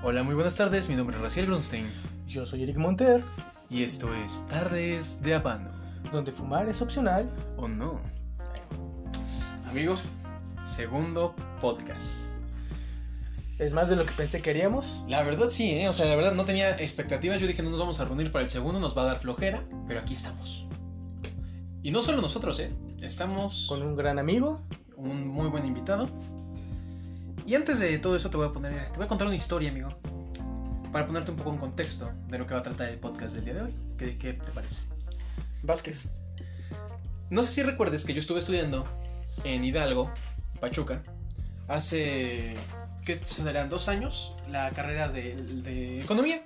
Hola, muy buenas tardes, mi nombre es Raciel Grunstein. Yo soy Eric Monter, Y esto es Tardes de Habano. donde fumar es opcional. ¿O no? Amigos, segundo podcast. Es más de lo que pensé que haríamos. La verdad sí, o sea, la verdad no tenía expectativas. Yo dije, no nos vamos a reunir para el segundo, nos va a dar flojera. Pero aquí estamos. Y no solo nosotros, estamos Con un gran amigo. un muy buen invitado. Y antes de todo eso te voy a contar una historia, amigo, para ponerte un poco en contexto de lo que va a tratar el podcast del día de hoy. ¿Qué te parece? Vázquez. No sé si recuerdes que yo estuve estudiando en Hidalgo, Pachuca, hace, ¿qué serán? 2 años, la carrera de economía.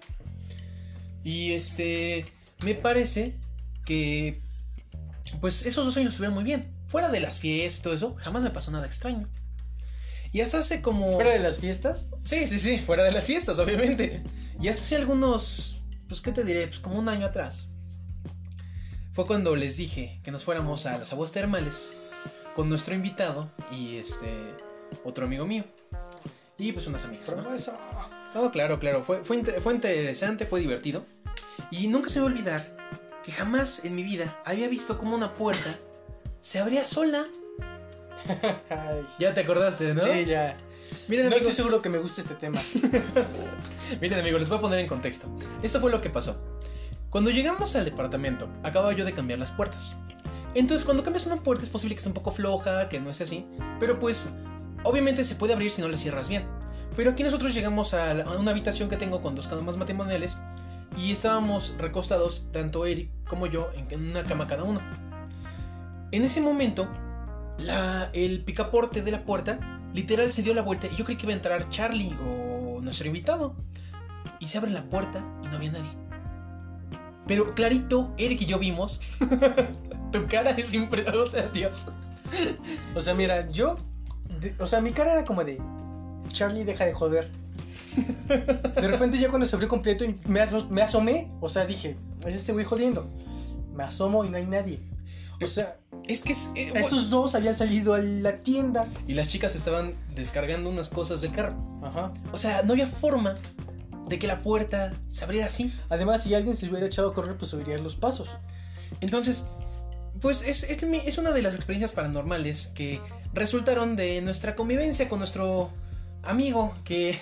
Y me parece que pues esos 2 años estuvieron muy bien. Fuera de las fiestas y todo eso, jamás me pasó nada extraño. Y hasta hace como... ¿Fuera de las fiestas? Sí, fuera de las fiestas, obviamente. Y hasta hace algunos, pues qué te diré, pues como 1 año atrás, fue cuando les dije que nos fuéramos a las aguas termales con nuestro invitado y otro amigo mío. Y pues unas amigas, ¿no? Promesa. No, claro, fue interesante, fue divertido. Y nunca se me va a olvidar que jamás en mi vida había visto cómo una puerta se abría sola. Ay. Ya te acordaste, ¿no? Sí, ya. Miren, No amigos, estoy seguro que me guste este tema. Miren, amigos, les voy a poner en contexto. Esto fue lo que pasó. Cuando llegamos al departamento, acababa yo de cambiar las puertas. Entonces, cuando cambias una puerta es posible que esté un poco floja, que no esté así, pero pues, obviamente se puede abrir si no la cierras bien. Pero aquí nosotros llegamos a una habitación que tengo con 2 camas matrimoniales y estábamos recostados, tanto Eric como yo, en una cama cada uno. En ese momento, el picaporte de la puerta literal se dio la vuelta y yo creí que iba a entrar Charlie o nuestro invitado. Y se abre la puerta y no había nadie. Pero clarito, Eric y yo vimos. Tu cara es impresionante, o sea, Dios. O sea, mira, mi cara era como de... Charlie, deja de joder. De repente ya cuando se abrió completo y me asomé, o sea, dije, es este güey jodiendo. Me asomo y no hay nadie. O sea, Es que estos dos habían salido a la tienda. Y las chicas estaban descargando unas cosas del carro. Ajá. O sea, no había forma de que la puerta se abriera así. Además, si alguien se hubiera echado a correr, pues oiría los pasos. Entonces, pues es una de las experiencias paranormales que resultaron de nuestra convivencia con nuestro amigo que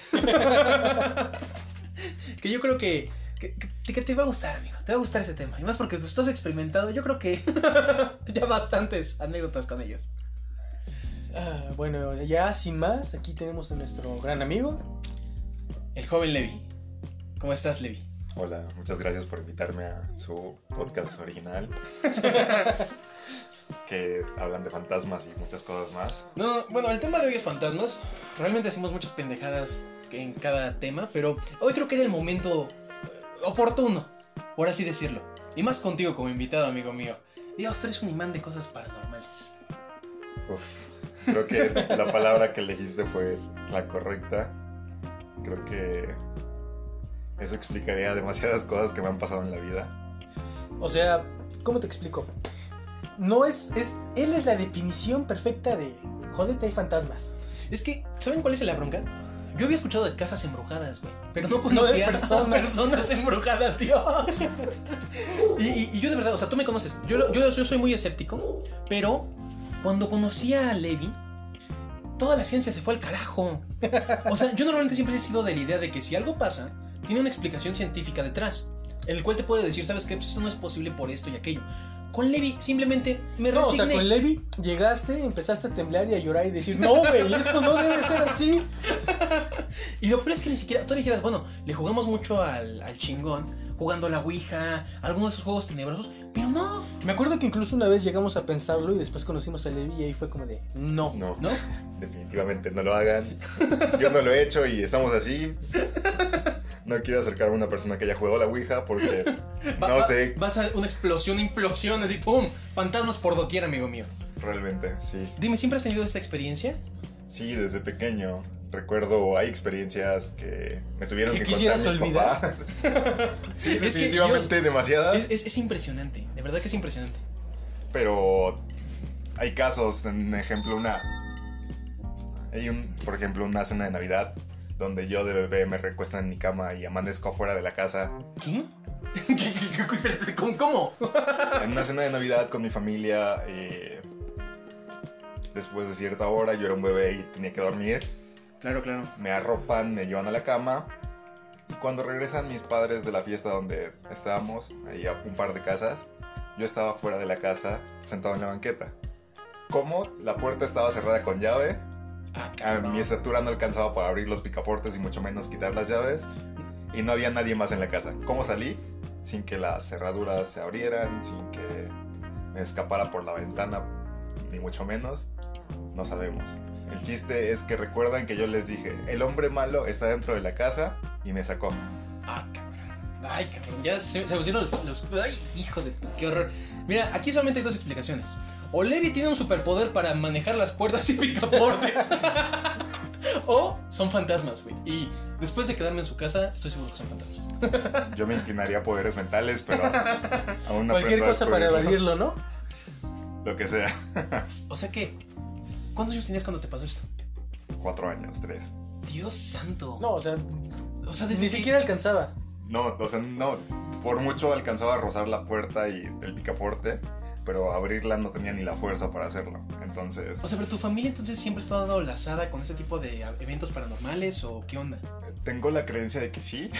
que yo creo que te va a gustar, amigo. Te va a gustar ese tema. Y más porque tú estás experimentado. Yo creo que ya bastantes anécdotas con ellos. Bueno, ya sin más, aquí tenemos a nuestro gran amigo. El joven Levi. ¿Cómo estás, Levi? Hola, muchas gracias por invitarme a su podcast original. Que hablan de fantasmas y muchas cosas más. No, bueno, el tema de hoy es fantasmas. Realmente hacemos muchas pendejadas en cada tema, pero hoy creo que era el momento oportuno, por así decirlo. Y más contigo como invitado, amigo mío. Dios, tú eres un imán de cosas paranormales. Creo que la palabra que elegiste fue la correcta. Creo que eso explicaría demasiadas cosas que me han pasado en la vida. O sea, ¿cómo te explico? Él es la definición perfecta de jódete, hay fantasmas. Es que, ¿saben cuál es la bronca? Yo había escuchado de casas embrujadas, güey, pero no conocía de personas embrujadas, Dios. Y yo de verdad, o sea, tú me conoces. Yo soy muy escéptico, pero cuando conocí a Levi, toda la ciencia se fue al carajo. O sea, yo normalmente siempre he sido de la idea de que si algo pasa, tiene una explicación científica detrás, en el cual te puede decir, ¿sabes qué? Pues esto no es posible por esto y aquello. Con Levi simplemente me resigné. O sea, con Levi llegaste, empezaste a temblar y a llorar y decir, no, güey, esto no debe ser así. Y lo peor es que ni siquiera, tú dijeras, bueno, le jugamos mucho al chingón, jugando a la Ouija, algunos de esos juegos tenebrosos, pero no. Me acuerdo que incluso una vez llegamos a pensarlo y después conocimos a Levi y ahí fue como de, no. ¿No? Definitivamente no lo hagan. Yo no lo he hecho y estamos así. No quiero acercarme a una persona que haya jugado a la Ouija porque no sé. Vas a una implosión, así, ¡pum! Fantasmas por doquier, amigo mío. Realmente, sí. Dime, ¿siempre has tenido esta experiencia? Sí, desde pequeño. Recuerdo, hay experiencias que me tuvieron que contar quisieras mis olvidar. papás. Sí, Es que, definitivamente Dios, demasiadas. Es impresionante, de verdad que es impresionante. Pero hay casos, por ejemplo, una cena de Navidad donde yo de bebé me recuestan en mi cama y amanezco afuera de la casa. ¿Qué? Espérate, ¿cómo? En una cena de Navidad con mi familia, después de cierta hora, yo era un bebé y tenía que dormir. Claro, claro. Me arropan, me llevan a la cama. Y cuando regresan mis padres de la fiesta donde estábamos, ahí a un par de casas, yo estaba fuera de la casa, sentado en la banqueta. Como la puerta estaba cerrada con llave, mi estatura no alcanzaba para abrir los picaportes y mucho menos quitar las llaves, y no había nadie más en la casa. ¿Cómo salí? Sin que las cerraduras se abrieran, sin que me escapara por la ventana, ni mucho menos. No sabemos. El chiste es que recuerdan que yo les dije, el hombre malo está dentro de la casa, y me sacó. Ay, cabrón, ya se pusieron los... Ay, hijo de... qué horror. Mira, aquí solamente hay dos explicaciones. O Levi tiene un superpoder para manejar las puertas y picaportes. O son fantasmas, güey. Y después de quedarme en su casa, estoy seguro que son fantasmas. Yo me inclinaría a poderes mentales, pero aún no Cualquier aprendo a cosa para descubrirlos. evadirlo, ¿no? Lo que sea. O sea que... ¿Cuántos años tenías cuando te pasó esto? 4 años, 3. Dios santo. No, o sea, desde ni siquiera alcanzaba. No, o sea, no. Por mucho alcanzaba a rozar la puerta y el picaporte, pero abrirla no tenía ni la fuerza para hacerlo. Entonces... O sea, pero tu familia entonces siempre está dando lazada con ese tipo de eventos paranormales, ¿o qué onda? Tengo la creencia de que sí,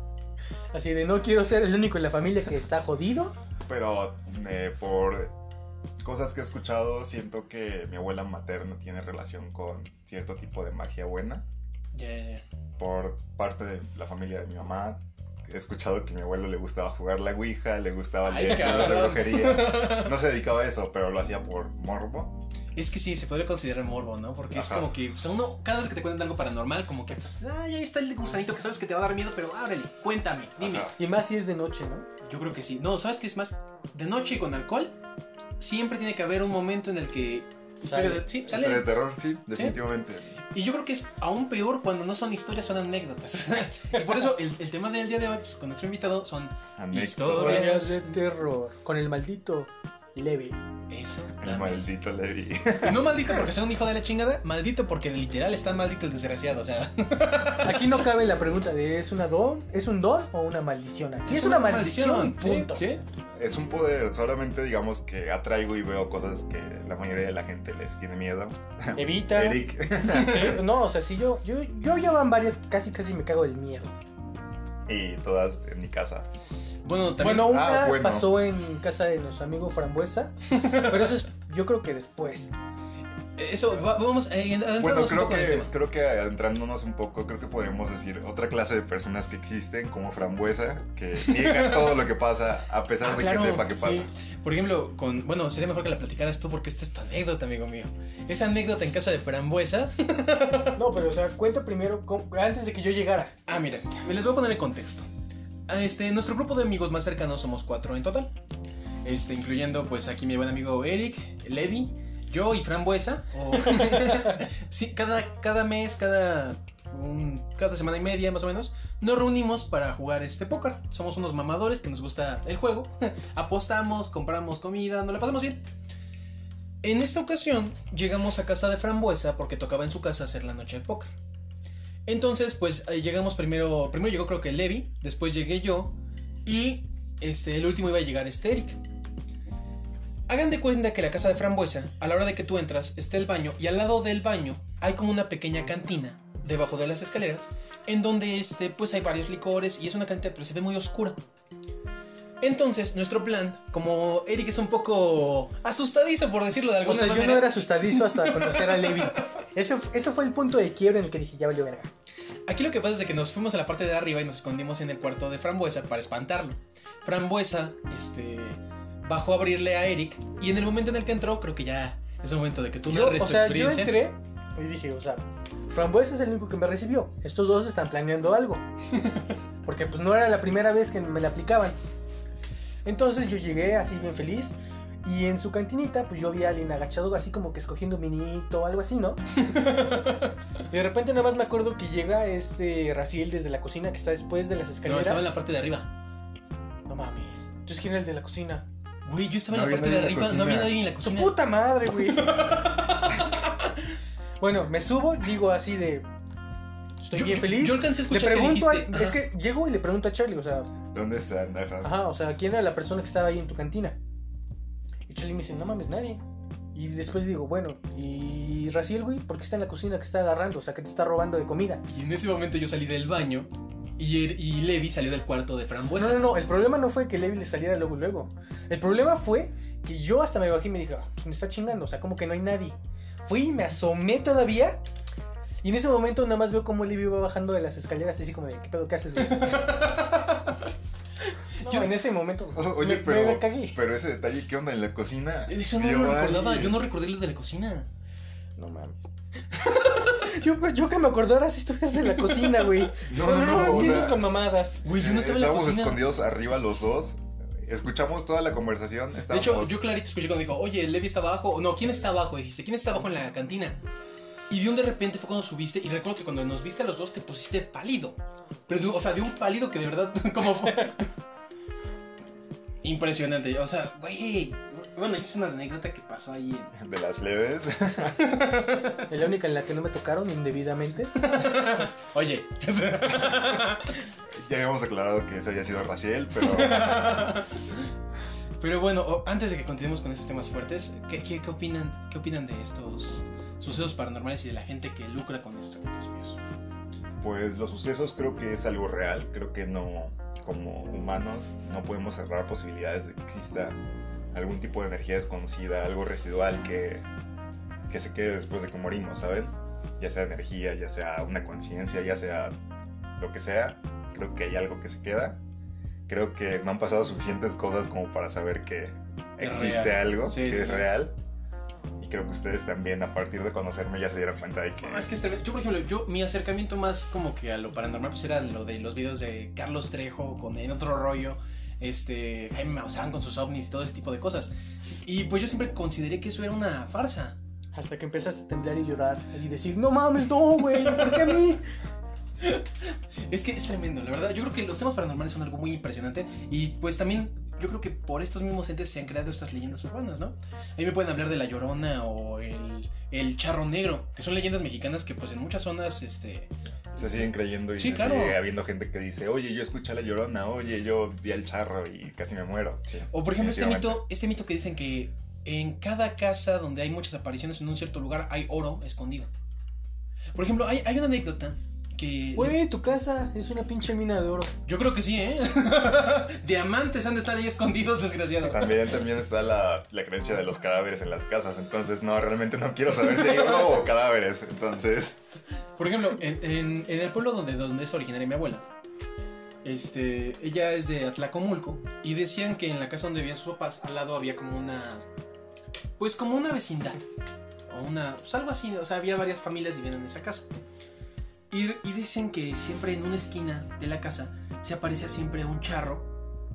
Así de no quiero ser el único en la familia que está jodido. pero por cosas que he escuchado, siento que mi abuela materna tiene relación con cierto tipo de magia buena. Ya. Por parte de la familia de mi mamá, he escuchado que a mi abuelo le gustaba jugar la ouija, le gustaba Ay, leer libros de cabrón. brujería. No se dedicaba a eso, pero lo hacía por morbo. Es que sí, se podría considerar morbo, ¿no? Porque es Ajá. como que, o sea, uno, cada vez que te cuentan algo paranormal, como que, pues, ahí está el gusanito que sabes que te va a dar miedo, pero ábrele, cuéntame, dime. Ajá. Y más si es de noche, ¿no? Yo creo que sí. No, ¿sabes qué es más? De noche y con alcohol, siempre tiene que haber un momento en el que... Sale. Sí, Historia de sale. terror, sí, definitivamente. Y yo creo que es aún peor cuando no son historias, son anécdotas. Y por eso el tema del día de hoy, pues, con nuestro invitado, son Anécdotas. Historias. Historias de terror. Con el maldito Levi. eso. El dame. maldito Levi. Y no maldito porque sea un hijo de la chingada, maldito porque literal está maldito el desgraciado, o sea... Aquí no cabe la pregunta de ¿es un don o una maldición? Aquí es una maldición, punto. ¿Sí? Es un poder, solamente digamos que atraigo y veo cosas que la mayoría de la gente les tiene miedo. Evita. Eric. Sí, no, o sea, si yo ya van varias, casi me cago del miedo. Y todas en mi casa. Bueno, también... Bueno, una bueno. pasó en casa de nuestro amigo Frambuesa, pero eso es, yo creo que después. Eso, vamos a adentrarnos Bueno, un poco en el tema. creo que adentrándonos un poco, creo que podríamos decir otra clase de personas que existen, como Frambuesa, que niegan todo lo que pasa, a pesar de claro, que sepa que pasa. sí. Por ejemplo, bueno, sería mejor que la platicaras tú porque esta es tu anécdota, amigo mío. Esa anécdota en casa de Frambuesa. No, pero o sea, cuenta primero, antes de que yo llegara. Ah, mira, les voy a poner el contexto. Nuestro grupo de amigos más cercanos somos 4 en total. Incluyendo pues aquí mi buen amigo Eric, Levi, yo y Frambuesa. Sí, cada mes, cada semana y media más o menos, nos reunimos para jugar póker. Somos unos mamadores que nos gusta el juego. Apostamos, compramos comida, nos la pasamos bien. En esta ocasión llegamos a casa de Frambuesa porque tocaba en su casa hacer la noche de póker. Entonces, pues llegamos primero llegó creo que Levi, después llegué yo y el último iba a llegar Eric. Hagan de cuenta que la casa de Frambuesa, a la hora de que tú entras, está el baño y al lado del baño hay como una pequeña cantina debajo de las escaleras en donde pues hay varios licores y es una cantina pero se ve muy oscura. Entonces, nuestro plan, como Eric es un poco asustadizo por decirlo de O alguna sea, manera. yo no era asustadizo hasta conocer a Levi. Ese fue el punto de quiebre en el que dije, ya valió verga. Aquí lo que pasa es que nos fuimos a la parte de arriba y nos escondimos en el cuarto de Frambuesa para espantarlo. Frambuesa, bajó a abrirle a Eric y en el momento en el que entró, creo que ya es el momento de que tú narres tu yo experiencia. entré y dije, o sea, Frambuesa es el único que me recibió. Estos dos están planeando algo. Porque pues no era la primera vez que me la aplicaban. Entonces yo llegué así bien feliz. Y en su cantinita, pues yo vi a alguien agachado así como que escogiendo un minito o algo así, ¿no? Y de repente nada más me acuerdo que llega Raciel desde la cocina que está después de las No, escaleras. estaba en la parte de arriba. No mames. Entonces, ¿quién era el de la cocina? Güey, yo estaba No en la había parte de nadie en la arriba, no había cocina. nadie en la ¡Su cocina. puta madre, güey! Bueno, me subo, digo así de... Estoy bien feliz. Yo alcancé a Le escuchar que pregunto, dijiste... es que llego y le pregunto a Charlie, o sea, ¿Dónde están? ajá, o sea, ¿quién era la persona que estaba ahí en tu cantina? Y Charlie me dice, no mames, nadie. Y después digo, bueno, ¿y Raciel, güey? ¿Por qué está en la cocina que está agarrando? O sea, que te está robando de comida. Y en ese momento yo salí del baño y Levi salió del cuarto de Frambuesa. No, el problema no fue que Levi le saliera luego. El problema fue que yo hasta me bajé y me dije, pues me está chingando, o sea, como que no hay nadie. Fui y me asomé todavía. Y en ese momento nada más veo cómo Levi va bajando de las escaleras, así como de, ¿qué pedo, qué haces, güey? No, en ese momento Oye, me cagué. pero ese detalle, ¿qué onda en la cocina? Eso no lo recordaba, yo no recordé lo de la cocina. No mames. yo que me acordara si estuvieras en la cocina, güey. No, empieces o sea, con mamadas. Güey, yo no estaba en la Estábamos cocina. escondidos arriba los dos. Escuchamos toda la conversación. De hecho, yo clarito escuché cuando dijo, oye, Levi está abajo. No, ¿quién está abajo? Dijiste, ¿quién está abajo en la cantina? Y de repente fue cuando subiste. Y recuerdo que cuando nos viste a los dos te pusiste pálido. Pero, o sea, de un pálido que de verdad, como fue. Impresionante. O sea, güey. Bueno, es una anécdota que pasó ahí De las leves. Es la única en la que no me tocaron indebidamente. Oye. Ya habíamos aclarado que ese había sido Raciel, pero Pero bueno, antes de que continuemos con estos temas fuertes, ¿qué opinan? ¿Qué opinan de estos sucesos paranormales y de la gente que lucra con esto, amigos míos? pues los sucesos creo que es algo real. Creo que no, como humanos, no podemos cerrar posibilidades de que exista algún tipo de energía desconocida, algo residual que se quede después de que morimos, ¿saben? Ya sea energía, ya sea una conciencia, ya sea lo que sea. Creo que hay algo que se queda. Creo que no han pasado suficientes cosas como para saber que existe real. algo Sí, que sí, es sí. real. Y creo que ustedes también, a partir de conocerme, ya se dieron cuenta de que... No, es que yo, por ejemplo, mi acercamiento más como que a lo paranormal pues era lo de los videos de Carlos Trejo con En Otro Rollo, Jaime Maussan con sus ovnis y todo ese tipo de cosas. Y pues yo siempre consideré que eso era una farsa. Hasta que empezaste a temblar y llorar y decir, no mames, no, güey, ¿por qué a mí? Es que es tremendo, la verdad. Yo creo que los temas paranormales son algo muy impresionante. Y pues también yo creo que por estos mismos entes se han creado estas leyendas urbanas, ¿no? Ahí me pueden hablar de La Llorona o el Charro Negro, que son leyendas mexicanas que pues en muchas zonas se siguen creyendo y Sí, claro. sigue habiendo gente que dice, oye, yo escuché a La Llorona, oye, yo vi al charro y casi me muero. Sí, O por ejemplo definitivamente. este mito que dicen que en cada casa donde hay muchas apariciones en un cierto lugar hay oro escondido. Por ejemplo, hay una anécdota que... Güey, tu casa es una pinche mina de oro. Yo creo que sí, ¿eh? Diamantes han de estar ahí escondidos, desgraciado. También está la creencia de los cadáveres en las casas. Entonces, no, realmente no quiero saber si hay oro o cadáveres. Entonces, Por ejemplo, en el pueblo donde es originaria mi abuela, ella es de Atlacomulco y decían que en la casa donde vivían sus papás al lado había como una vecindad o pues algo así, o sea, había varias familias viviendo en esa casa y dicen que siempre en una esquina de la casa se aparecía siempre un charro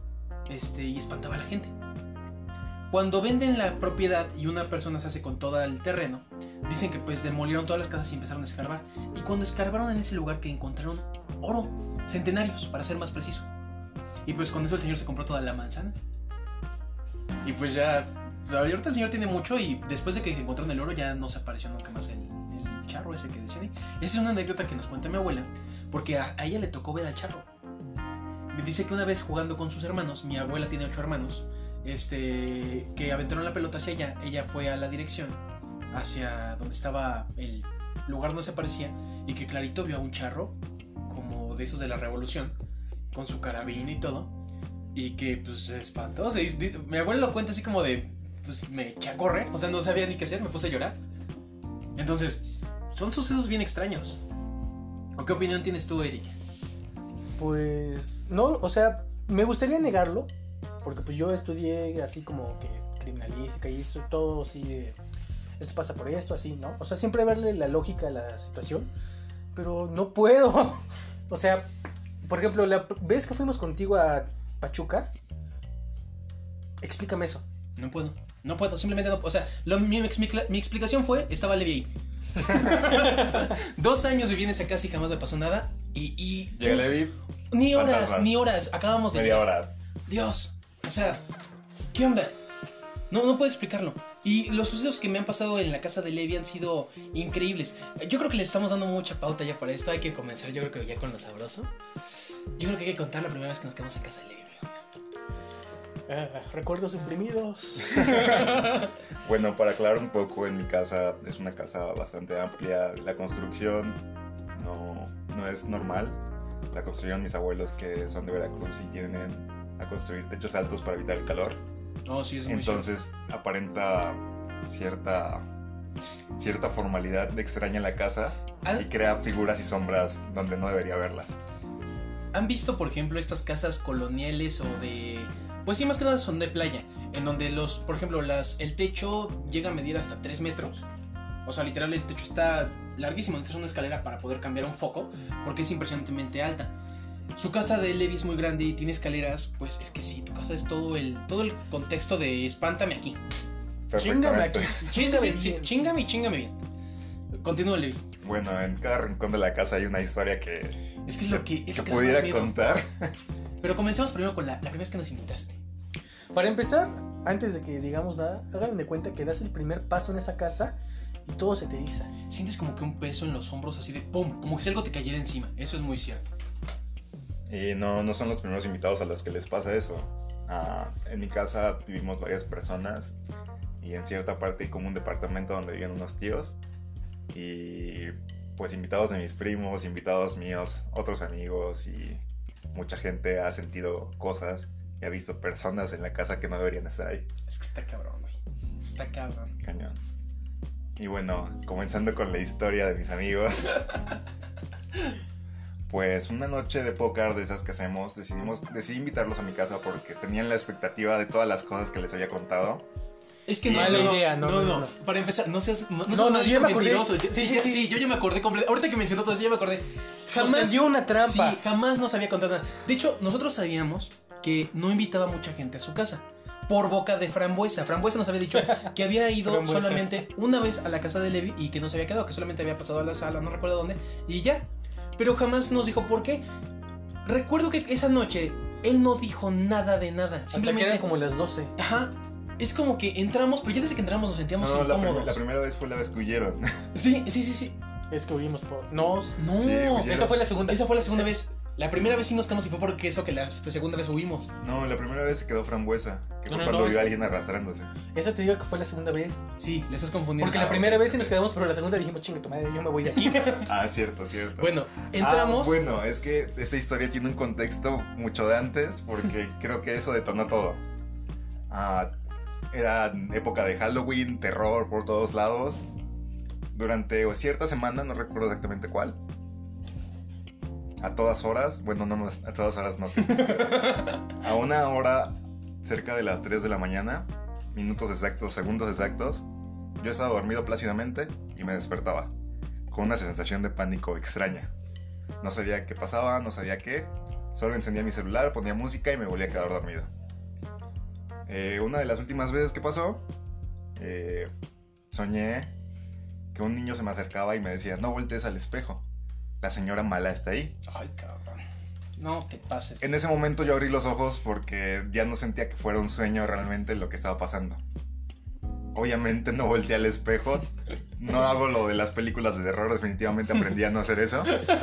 y espantaba a la gente. Cuando venden la propiedad y una persona se hace con todo el terreno, dicen que pues demolieron todas las casas y empezaron a escarbar. Y cuando escarbaron en ese lugar que encontraron oro, centenarios para ser más preciso. Y pues con eso el señor se compró toda la manzana. Y pues ya, ahorita el señor tiene mucho y después de que encontraron el oro ya no se apareció nunca más el charro ese que decían ahí. Esa es una anécdota que nos cuenta mi abuela, porque a ella le tocó ver al charro. Me dice que una vez jugando con sus hermanos, mi abuela tiene 8 hermanos, que aventaron la pelota hacia ella fue a la dirección hacia donde estaba el lugar donde se aparecía y que clarito vio a un charro como de esos de la revolución con su carabina y todo y que pues se espantó. Mi abuela lo cuenta así como de pues me eché a correr, o sea, no sabía ni qué hacer, me puse a llorar. Entonces son sucesos bien extraños. ¿O qué opinión tienes tú, Eric? Pues, no, o sea, me gustaría negarlo, porque pues yo estudié así como que criminalística y esto, todo así de, esto pasa por esto, así, ¿no? O sea, siempre verle la lógica a la situación, pero no puedo. O sea, por ejemplo, la vez que fuimos contigo a Pachuca, explícame eso. No puedo, simplemente no. O sea, mi explicación fue, estaba Levi ahí. 2 años viví en esa casa y jamás me pasó nada. Y llega Levi, ni fantasmas. horas, acabamos de media llegar. hora. Dios, o sea, ¿qué onda? No puedo explicarlo. Y los sucesos que me han pasado en la casa de Levi han sido increíbles. Yo creo que le estamos dando mucha pauta ya para esto. Hay que comenzar, yo creo que ya con lo sabroso. Yo creo que hay que contar la primera vez que nos quedamos en casa de Levi, amigo. Recuerdos imprimidos. Bueno, para aclarar un poco, en mi casa es una casa bastante amplia. La construcción no es normal. La construyeron mis abuelos, que son de Veracruz y tienen a construir techos altos para evitar el calor. Oh, sí, es muy Entonces aparenta cierta formalidad extraña en la casa y crea figuras y sombras donde no debería haberlas. ¿Han visto, por ejemplo, estas casas coloniales o de... Pues sí, más que nada son de playa, en donde por ejemplo, el techo llega a medir hasta 3 metros? O sea, literal, el techo está larguísimo, entonces es una escalera para poder cambiar un foco, porque es impresionantemente alta. Su casa de Levi es muy grande y tiene escaleras, pues es que sí, tu casa es todo el contexto de espántame aquí. Chíngame aquí. Chíngame bien. Continúa, Levi. Bueno, en cada rincón de la casa hay una historia que Es lo que pudiera da más miedo. contar. Pero comencemos primero con la primera vez que nos invitaste. Para empezar, antes de que digamos nada, hagan de cuenta que das el primer paso en esa casa y todo se te eriza. Sientes como que un peso en los hombros así de pum, como que si algo te cayera encima. Eso es muy cierto. Y no son los primeros invitados a los que les pasa eso. En mi casa vivimos varias personas y en cierta parte hay como un departamento donde viven unos tíos. Y pues invitados de mis primos, invitados míos, otros amigos y mucha gente ha sentido cosas y ha visto personas en la casa que no deberían estar ahí. Es que está cabrón, güey. Está cabrón. Cañón. Y bueno, comenzando con la historia de mis amigos. Pues una noche de póker de esas que hacemos, decidí invitarlos a mi casa porque tenían la expectativa de todas las cosas que les había contado. Es que Mala idea, no. Para empezar, no seas yo maldito me acordé. mentiroso. Sí. Yo ya me acordé completo. Ahorita que mencionó todo eso, ya me acordé. Nos dio una trampa. Sí, jamás nos había contado nada. De hecho, nosotros sabíamos que no invitaba mucha gente a su casa. Por boca de Frambuesa. Frambuesa nos había dicho que había ido solamente una vez a la casa de Levi y que no se había quedado, que solamente había pasado a la sala, no recuerdo dónde, y ya. Pero jamás nos dijo por qué. Recuerdo que esa noche él no dijo nada de nada. Simplemente hasta que eran como las 12. Ajá. Es como que entramos, pero ya desde que entramos nos sentíamos incómodos. La primera vez fue la vez que huyeron. Sí. Es que huimos por... No. Sí, esa fue la segunda. Esa fue la segunda vez. La primera vez sí nos quedamos y fue porque eso que la segunda vez huimos. No, la primera vez se quedó Frambuesa, que fue cuando vio a alguien arrastrándose. Esa te digo que fue la segunda vez. Sí, le estás confundiendo. Porque la primera vez sí nos quedamos, pero la segunda dijimos, chinga tu madre, yo me voy de aquí. Cierto. Bueno, entramos. Bueno, es que esta historia tiene un contexto mucho de antes, porque creo que eso detonó todo. Era época de Halloween, terror por todos lados. Durante cierta semana, no recuerdo exactamente cuál. A todas horas, bueno, no, a todas horas no. A una hora, cerca de las 3 de la mañana, minutos exactos, segundos exactos, yo estaba dormido plácidamente y me despertaba, con una sensación de pánico extraña. No sabía qué pasaba, no sabía qué, solo encendía mi celular, ponía música y me volvía a quedar dormido. Una de las últimas veces que pasó, soñé que un niño se me acercaba y me decía, no voltees al espejo. La señora mala está ahí. Ay, cabrón. No te pases. En ese momento yo abrí los ojos porque ya no sentía que fuera un sueño realmente lo que estaba pasando. Obviamente no volteé al espejo. No hago lo de las películas de terror. Definitivamente aprendí a no hacer eso.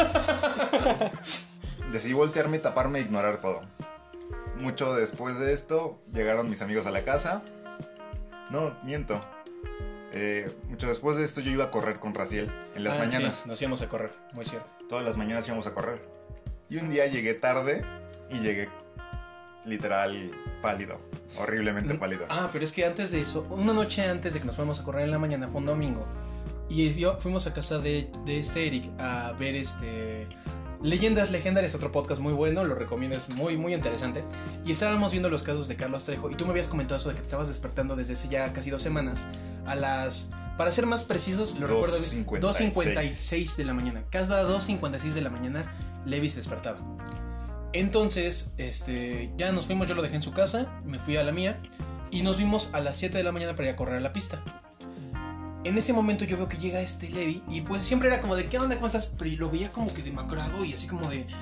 Decidí voltearme, taparme e ignorar todo. Mucho después de esto llegaron mis amigos a la casa. No, miento. Mucho después de esto yo iba a correr con Raciel en las mañanas. Sí, nos íbamos a correr, muy cierto. Todas las mañanas íbamos a correr. Y un día llegué tarde y llegué literal pálido, horriblemente pálido. Pero es que antes de eso, una noche antes de que nos fuéramos a correr en la mañana, fue un domingo, y fuimos a casa de Eric a ver Leyendas Legendarias, otro podcast muy bueno, lo recomiendo, es muy muy interesante. Y estábamos viendo los casos de Carlos Trejo y tú me habías comentado eso de que te estabas despertando desde hace ya casi 2 semanas a las, para ser más precisos, lo recuerdo, 2:56 de la mañana. Cada 2:56 de la mañana Levi se despertaba. Entonces, ya nos fuimos, yo lo dejé en su casa, me fui a la mía y nos vimos a las 7 de la mañana para ir a correr a la pista. En ese momento yo veo que llega Levi y pues siempre era como de ¿qué onda? ¿Cómo estás? Pero lo veía como que demacrado y así como de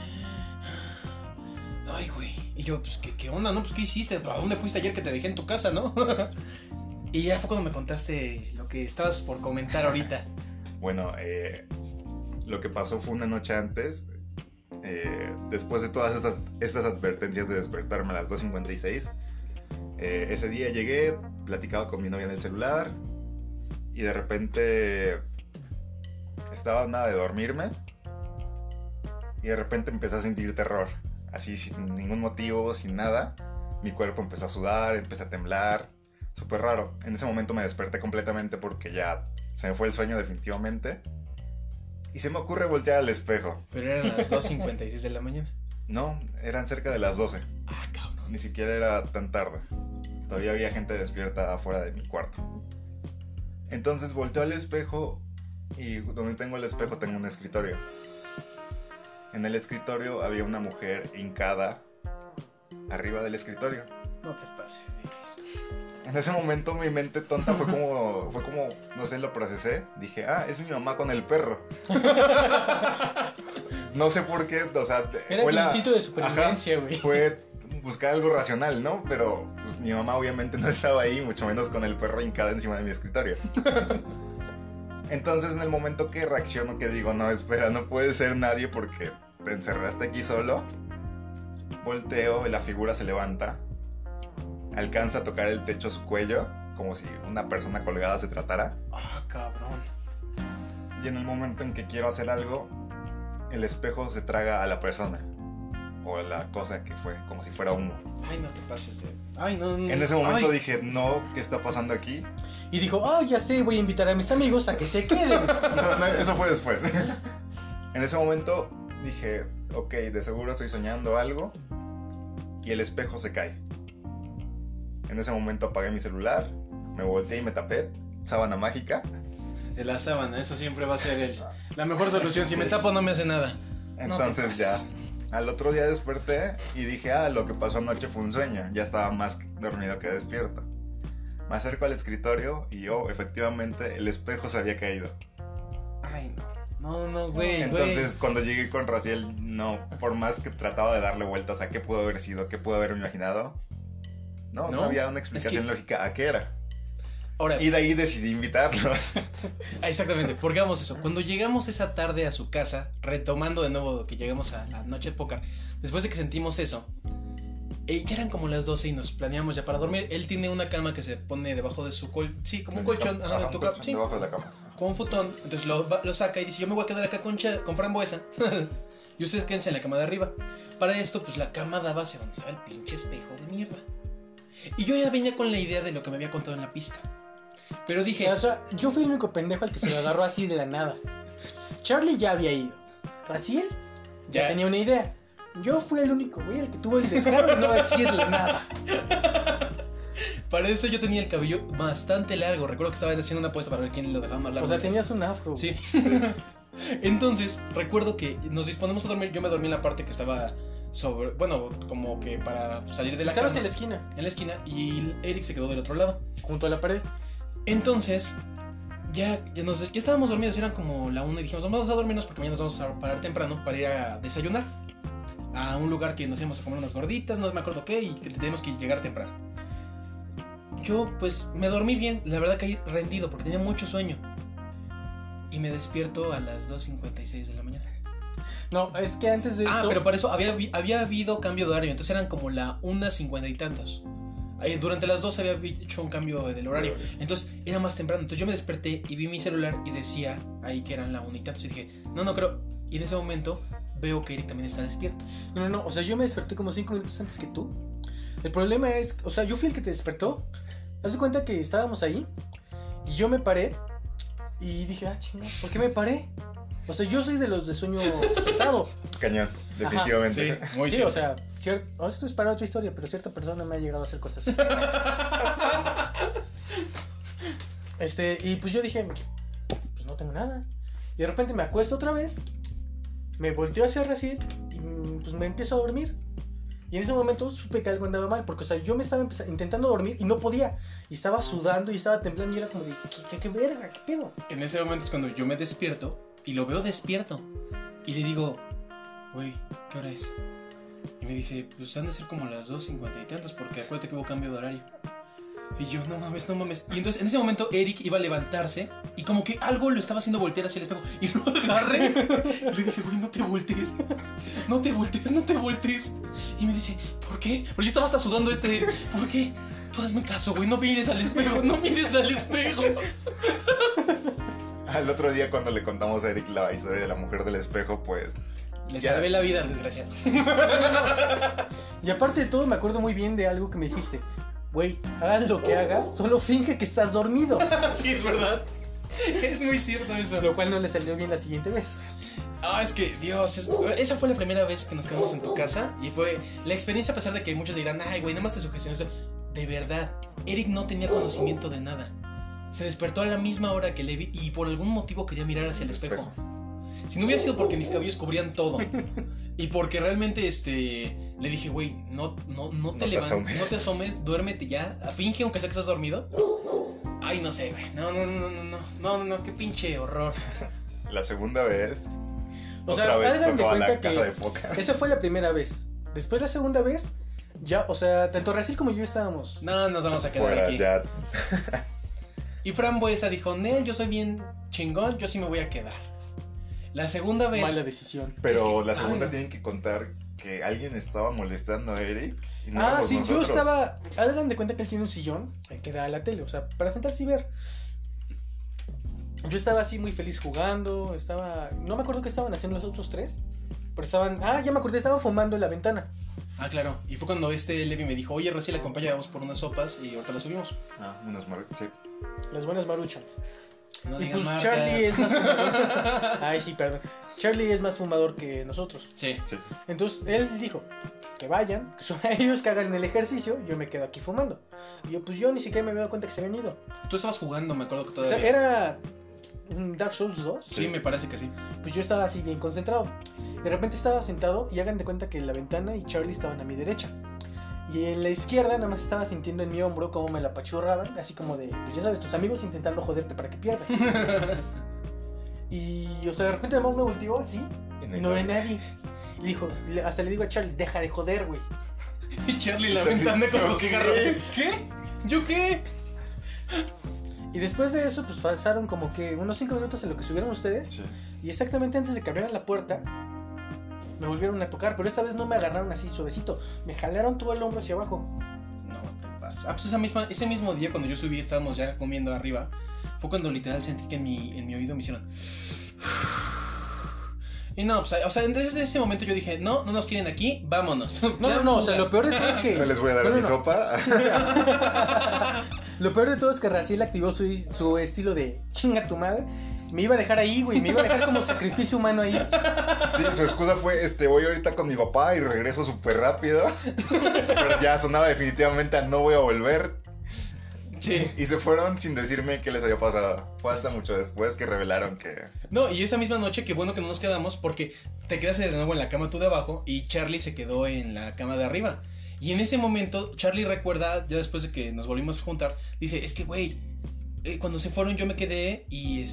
ay, güey. Y yo, pues, ¿qué onda? ¿No? Pues, ¿qué hiciste? ¿A dónde fuiste ayer que te dejé en tu casa, no? Y ya fue cuando me contaste lo que estabas por comentar ahorita. Bueno, lo que pasó fue una noche antes. Después de todas estas advertencias de despertarme a las 2:56, ese día llegué, platicaba con mi novia en el celular y de repente estaba a nada de dormirme y de repente empecé a sentir terror, así sin ningún motivo, sin nada. Mi cuerpo empezó a sudar, empecé a temblar, súper raro. En ese momento me desperté completamente porque ya se me fue el sueño definitivamente. Y se me ocurre voltear al espejo. Pero eran las 2:56 de la mañana. No, eran cerca de las 12. Ah, cabrón. Ni siquiera era tan tarde. Todavía había gente despierta afuera de mi cuarto. Entonces volteo al espejo y donde tengo el espejo tengo un escritorio. En el escritorio había una mujer hincada arriba del escritorio. No te pases. En ese momento mi mente tonta fue como, no sé, lo procesé. Dije, es mi mamá con el perro. No sé por qué, o sea... Era el instinto de supervivencia, güey. Fue buscar algo racional, ¿no? Pero pues, mi mamá obviamente no estaba ahí, mucho menos con el perro hincado encima de mi escritorio. Entonces en el momento que reacciono, que digo, no, espera, no puede ser nadie porque te encerraste aquí solo. Volteo y la figura se levanta. Alcanza a tocar el techo su cuello, como si una persona colgada se tratara. Ah, cabrón. Y en el momento en que quiero hacer algo, el espejo se traga a la persona. O a la cosa que fue, como si fuera humo. Ay, no te pases de... Ay, no. En ese momento dije, no, ¿qué está pasando aquí? Y dijo, ya sé, voy a invitar a mis amigos a que se queden. No, eso fue después. En ese momento dije, ok, de seguro estoy soñando algo. Y el espejo se cae. En ese momento apagué mi celular, me volteé y me tapé, sábana mágica. De la sábana, eso siempre va a ser la mejor solución. Si me tapo no me hace nada. Entonces no ya, al otro día desperté y dije, lo que pasó anoche fue un sueño. Ya estaba más dormido que despierto. Me acerco al escritorio y efectivamente, el espejo se había caído. Ay, no. No, güey. Entonces, cuando llegué con Raciel, no, por más que trataba de darle vueltas a qué pudo haber sido, qué pudo haberme imaginado, no había una explicación lógica a qué era. Ahora, y de ahí decidí invitarlos. Exactamente, porque hagamos eso. Cuando llegamos esa tarde a su casa, retomando de nuevo que llegamos a la noche de póker, después de que sentimos eso, ya eran como las 12 y nos planeamos ya para dormir. Él tiene una cama que se pone debajo de su sí, como un colchón, sí, debajo de la cama. Con un futón, entonces lo saca y dice, yo me voy a quedar acá con Frambuesa. Y ustedes quédense en la cama de arriba. Para esto, pues la cama daba hacia donde estaba el pinche espejo de mierda. Y yo ya venía con la idea de lo que me había contado en la pista. Pero dije... O sea, yo fui el único pendejo al que se lo agarró así de la nada. Charlie ya había ido. Raciel ya tenía una idea. Yo fui el único, güey, el que tuvo el descaro de no decirle nada. Para eso yo tenía el cabello bastante largo. Recuerdo que estaban haciendo una apuesta para ver quién lo dejaba más largo. O sea, tenías un afro. Sí. Entonces, recuerdo que nos disponemos a dormir. Yo me dormí en la parte que estaba... como que para salir de la cama. Estabas en la esquina. En la esquina y Eric se quedó del otro lado. Junto a la pared. Entonces, ya estábamos dormidos, eran como la 1 y dijimos, vamos a dormirnos porque mañana nos vamos a parar temprano para ir a desayunar. A un lugar que nos íbamos a comer unas gorditas, no me acuerdo qué, y que tenemos que llegar temprano. Yo pues me dormí bien, la verdad caí rendido porque tenía mucho sueño. Y me despierto a las 2:56 de la mañana. No, es que antes de eso... pero para eso había habido cambio de horario. Entonces eran como la 1:50 y tantos. Durante las 2 había hecho un cambio del horario. Entonces era más temprano. Entonces yo me desperté y vi mi celular y decía ahí que eran la 1 y tantos. Y dije, no creo. Y en ese momento veo que Eric también está despierto. No, o sea, yo me desperté como 5 minutos antes que tú. El problema es, o sea, yo fui el que te despertó. Haz de cuenta que estábamos ahí y yo me paré y dije, chinga, ¿por qué me paré? O sea, yo soy de los de sueño pesado. Cañón, definitivamente. Sí, muy sí, o sea, esto es para otra historia, pero cierta persona me ha llegado a hacer cosas así. Y pues yo dije, pues no tengo nada. Y de repente me acuesto otra vez, me volteo hacia Raciel y pues me empiezo a dormir. Y en ese momento supe que algo andaba mal, porque o sea, yo me estaba intentando dormir y no podía. Y estaba sudando y estaba temblando y era como de, ¿qué verga? ¿Qué pedo? En ese momento es cuando yo me despierto y lo veo despierto. Y le digo, güey, ¿qué hora es? Y me dice, pues han de ser como las 2:50 y tantos, porque acuérdate que hubo cambio de horario. Y yo, no mames, no mames. Y entonces en ese momento Eric iba a levantarse y como que algo lo estaba haciendo voltear hacia el espejo. Y lo agarré. Y le dije, güey, no te voltees. No te voltees, no te voltees. Y me dice, ¿por qué? Porque yo estaba hasta sudando ¿por qué? Tú hazme caso, güey, no mires al espejo, no mires al espejo. Al otro día cuando le contamos a Eric la historia de la mujer del espejo, pues... Le ya. salvé la vida, desgraciado. Y aparte de todo, me acuerdo muy bien de algo que me dijiste. Güey, hagas lo que hagas, solo finge que estás dormido. Sí, es verdad. Es muy cierto eso. Lo cual no le salió bien la siguiente vez. Es que, Dios, esa fue la primera vez que nos quedamos en tu casa. Y fue la experiencia, a pesar de que muchos dirán, ay, güey, nada más te sugestionaste. De verdad, Eric no tenía conocimiento de nada. Se despertó a la misma hora que Levi y por algún motivo quería mirar hacia el espejo. Si no hubiera sido porque mis cabellos cubrían todo y porque realmente le dije, güey, no te levantes, no te asomes, duérmete ya, finge aunque sea que estás dormido. Ay, no sé, güey. No, qué pinche horror. La segunda vez, o sea, otra vez hagan de tocó a la cuenta casa de que foca. esa fue la primera vez. Después la segunda vez, ya, o sea, tanto Racil como yo estábamos. No, nos vamos a quedar Fuera, aquí. ya. Y Frambuesa dijo, Nel, yo soy bien chingón, yo sí me voy a quedar. La segunda vez... Mala decisión. Pero Es que- la segunda no. tienen que contar que alguien estaba molestando a Eric. Y no éramos Sí, nosotros. yo estaba. Hagan de cuenta que él tiene un sillón que da a la tele, o sea, para sentarse y ver. Yo estaba así muy feliz jugando, no me acuerdo qué estaban haciendo los otros tres, pero ya me acordé, estaban fumando en la ventana. claro. Y fue cuando Levi me dijo, oye, recién acompañamos por unas sopas y ahorita las subimos. Sí. Las buenas maruchans. No Y digas pues marcas. Charlie es más fumador. Ay, sí, perdón. Charlie es más fumador que nosotros. Sí. Entonces él dijo que vayan, que son ellos que hagan el ejercicio, yo me quedo aquí fumando. Y yo ni siquiera me había dado cuenta que se habían ido. Tú estabas jugando, me acuerdo que O sea, todavía. era Dark Souls 2. Sí, me parece que sí. Pues yo estaba así bien concentrado. De repente estaba sentado y hagan de cuenta que la ventana y Charlie estaban a mi derecha. Y en la izquierda nada más estaba sintiendo en mi hombro cómo me la apachurraban, así como de, pues ya sabes, tus amigos intentando joderte para que pierdas. Y, o sea, de repente nada más me volteó así y no ve nadie. Y dijo, hasta le digo a Charlie, deja de joder, güey. Y Charlie en la Charlie, ventana con su ¿yo cigarro. ¿Qué? ¿Yo qué? Y después de eso, pues pasaron como que unos 5 minutos en lo que subieron ustedes. Sí. Y exactamente antes de que abrieran la puerta, me volvieron a tocar, pero esta vez no me agarraron así suavecito, me jalaron todo el hombro hacia abajo. No te pasa. Pues ese mismo día cuando yo subí, estábamos ya comiendo arriba. Fue cuando literal sentí que en mi oído me hicieron. Y no, pues, o sea, desde ese momento yo dije, no nos quieren aquí, vámonos. No, o sea, lo peor de todo es que... No les voy a dar mi sopa. Lo peor de todo es que Raciel activó su estilo de chinga tu madre. Me iba a dejar ahí, güey, me iba a dejar como sacrificio humano ahí. Sí, su excusa fue, voy ahorita con mi papá y regreso súper rápido. Pero ya sonaba definitivamente a no voy a volver. Sí. Y se fueron sin decirme qué les había pasado. Fue hasta mucho después que revelaron que... No, y esa misma noche, qué bueno que no nos quedamos porque te quedaste de nuevo en la cama tú de abajo y Charlie se quedó en la cama de arriba. Y en ese momento, Charlie recuerda, ya después de que nos volvimos a juntar, dice, es que güey, cuando se fueron yo me quedé y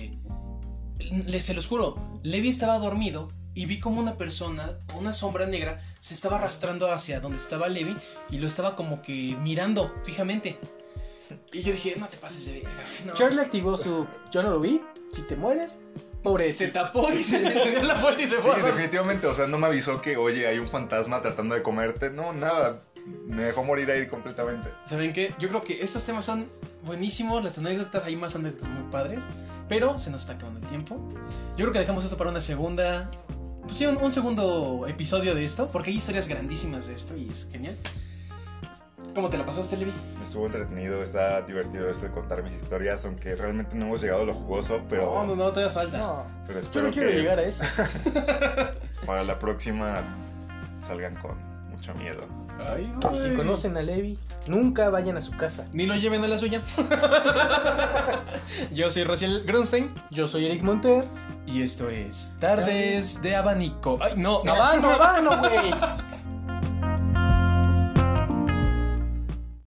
se los juro, Levi estaba dormido y vi como una persona, una sombra negra, se estaba arrastrando hacia donde estaba Levi y lo estaba como que mirando fijamente. Y yo dije, no te pases de verga. No. Charlie activó su yo no lo vi, si te mueres, pobre. Se tapó y se dio la vuelta y se Sí, fue. definitivamente, o sea, no me avisó que, oye, hay un fantasma tratando de comerte. No, nada, me dejó morir ahí completamente. ¿Saben qué? Yo creo que estos temas son buenísimos, las anécdotas, hay más anécdotas muy padres, pero se nos está acabando el tiempo. Yo creo que dejamos esto para una segunda, pues sí, un segundo episodio de esto, porque hay historias grandísimas de esto y es genial. ¿Cómo te la pasaste, Levi? Estuvo entretenido, está divertido esto de contar mis historias, aunque realmente no hemos llegado a lo jugoso, pero... No, todavía falta. No, Pero yo espero no quiero que llegar a eso. para la próxima salgan con mucho miedo. Ay, Y si conocen a Levi, nunca vayan a su casa. ni lo lleven a la suya. Yo soy Raciel Grunstein Yo soy Eric Monter. y esto es Tardes de Abanico. Ay, no, ¡Habano, güey!